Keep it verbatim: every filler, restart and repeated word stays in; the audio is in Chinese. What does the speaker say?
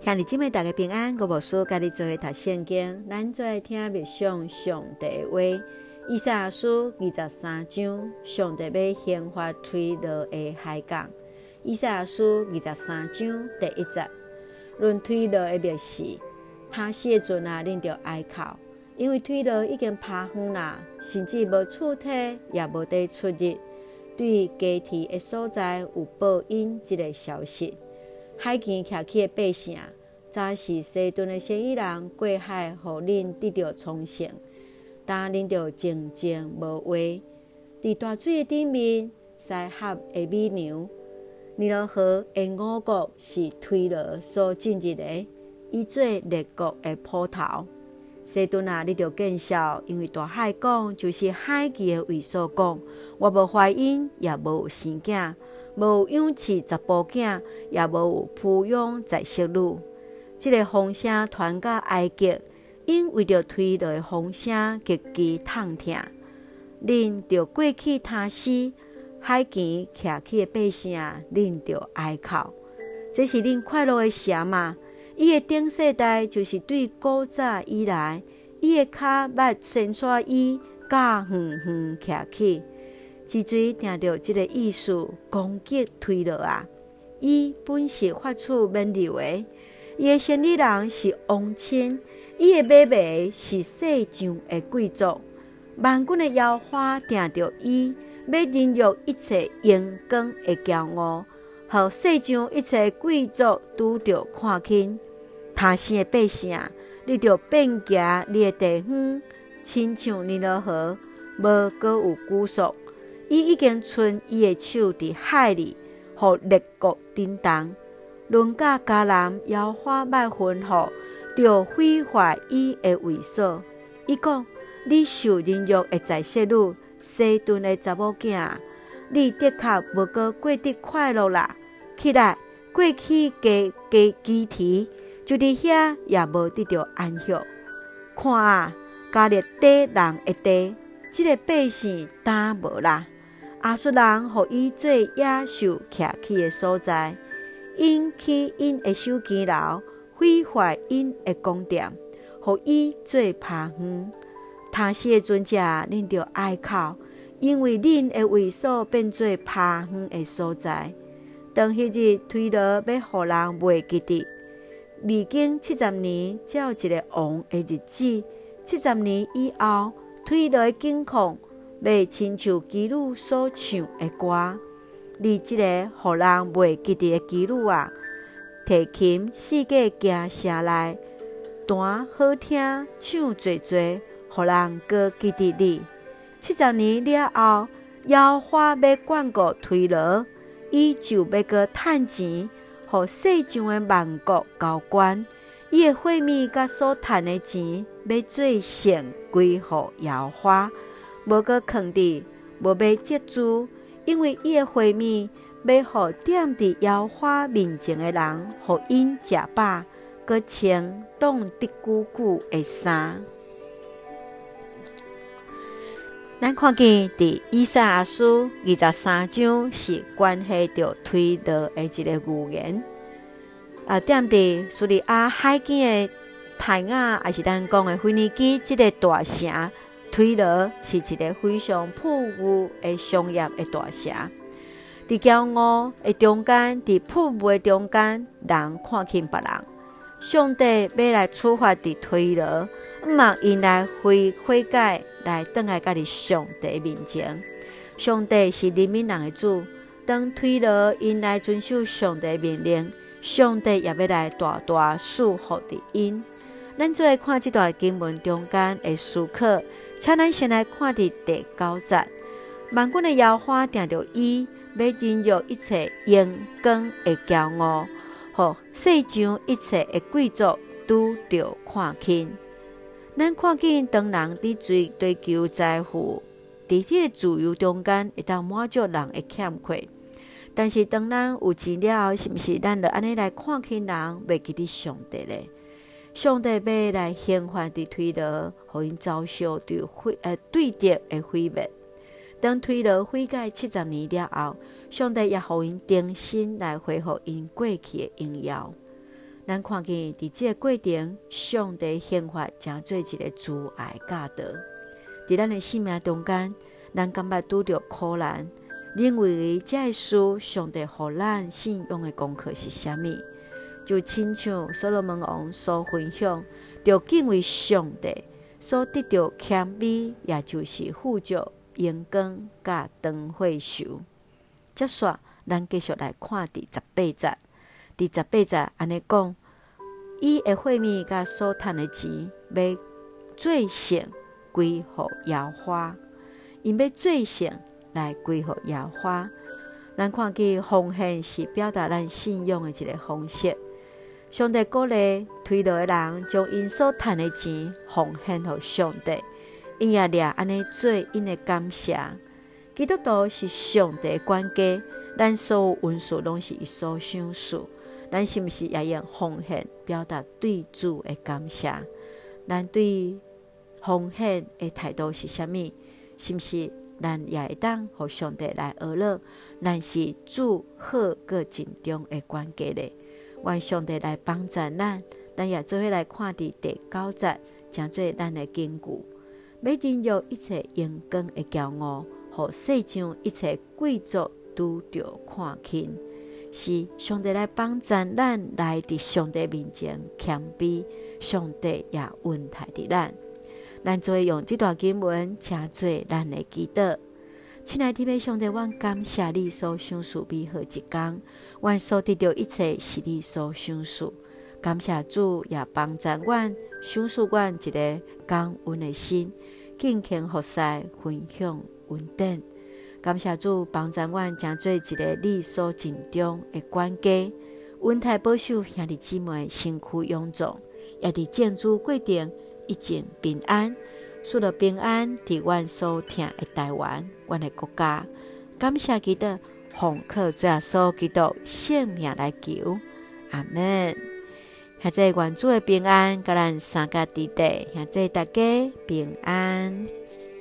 兄弟姊妹大家平安，我无事甲你做伙读圣经，咱做来听默想上帝的话。以赛亚书二十三章，上帝要兴发推罗的海港。以赛亚书二十三章第一节，论推罗的灭世，他时阵啊，恁着哀哭，因为推罗已经趴远啦，甚至无厝体，也无地出入。对家己的所在有报应这个消息。海边徛起的百姓，早是西顿的生意人过海，互恁得到丰盛。但恁着静静无话，伫大水的顶面塞合的美牛。尼罗河的五国是推罗所进入的，以做列国的坡头。西顿啊，你着见笑，因为大海讲就是海基的位所讲，我无怀孕，也无有生囝。无养饲查甫囝，也无有抚养在色女。这个风声传到埃及，因为着推罗的风声极其痛痛。恁着过去他死，海边徛起的百姓，恁着哀哭。这是恁快乐的时嘛？伊的顶世代就是对古早以来，伊的脚捌伸出伊甲远远徛起。之水听到这个意思，攻击推罗啊！伊本是发出免流的，伊的生理人是王亲，伊的买卖是世上的贵族。万军的妖花听到伊，要引诱一切阳光的骄傲，互世上一切贵族拄着看轻。他生的百姓，你着变行你的地方，亲像尼罗河，无搁有拘束。伊已经伸伊的手伫海里，互列国震动。论甲迦南妖花麦分互，着毁坏伊的位所。伊讲：你受人辱的在色女，西顿的查某囝，你的确无搁过得快乐啦。起来，过去加加基提，就伫遐也无得到安息。看啊，加列底人的地，即、这个百姓担无啦。亚述人互伊做野兽徛起的所在，因起因的手机楼，毁坏因的宫殿，互伊做趴园。他死的尊者，恁着哀哭，因为恁的位所变做趴园的所在。当迄日推罗要互人袂记得，历经七十年，才有一个王的日子。七十年以后，推罗的境况。要亲像基路所唱的歌，你这个互人袂记得的基路啊，提琴世界行城内，弹好听，唱做做，互人搁记得你。七十年了后，妖花要管顾推罗，伊就要搁趁钱，互世上的万国交关。伊的会面甲所趁的钱，要做献归互妖花。无搁藏伫，无要接住，因为伊的会面要互踮伫妖花面前的人，互因食饱，搁穿冻得久久的衫。咱看见伫以赛亚书二十三章是关系着推罗的一个预言。啊，踮伫叙利亚海边的泰雅，也是咱讲的腓尼基这个大城。推罗是一个非常富裕的商业的大城，伫骄傲的中间，伫富裕的中间，人看轻别人。上帝要来处罚伫推罗，毋望因来悔悔改，来转来家己上帝面前。上帝是人民人的主，当推罗因来遵守上帝的命令，上帝也要来大大祝福伫因。咱做来看这段经文中间的思考，请咱先来看伫第九节。万军的妖花听到伊，要引诱一切阳光的骄傲，互世上一切的贵族拄着看轻。咱看见当人伫追追求财富，伫这个自由中间会当满足人的欠缺。但是当咱有钱了后，是毋是咱就安尼来看轻人，袂记得上帝咧？上帝要来兴发伫推罗，互因遭受对毁呃对敌的毁灭。当推罗悔改七十年了后，上帝也互因重新来恢复因过去的荣耀。 咱看见伫这个过程，上帝显化成做一个慈爱教导。伫咱的生命中间，咱感觉拄着苦难，认为这事上帝予咱信用的功课是啥物？就亲像所罗门王所分享，着敬畏上帝所得到谦卑，也就是富足、阳光甲长岁寿。接续，咱继续来看第十八节。第十八节安尼讲，伊的会面甲所赚的钱，要做成归互耶和华，因要做成来归互耶和华。咱看见奉献是表达咱信仰的一个方式。上帝鼓励推落的人，将因所赚的钱奉献给上帝，因也掠安尼做因的感谢。基督徒是上帝的管家，咱所有恩赐拢是伊所赏赐。咱是毋是也用奉献表达对主的感谢？咱对奉献的态度是啥物？是毋是咱也会当互上帝来学乐？咱是主好个尽忠的管家咧。愿上帝来帮助咱，咱也做伙来看伫第九节，诚做咱的根据。要忍辱一切阳光的骄傲，互世上一切贵族拄着看轻。是上帝来帮助咱来伫上帝面前谦卑，上帝也恩待伫咱。咱做用这段经文，诚做咱的祈祷。亲爱的天父上帝，阮感谢你所赏赐美好一天，阮所得到一切是你所赏赐。感谢主也帮助阮，赏赐阮一个感恩的心，敬虔服侍，分享恩典。感谢主帮助阮，成做一个你所尽忠的管家，恩待保守兄弟姊妹身躯勇壮，也伫建筑过程一直平安。赐了平安伫阮所听的台湾，阮的国家。感谢基督，奉靠主耶稣基督性命来求，阿们。现在愿主的平安，甲咱三家弟弟，现在大家平安。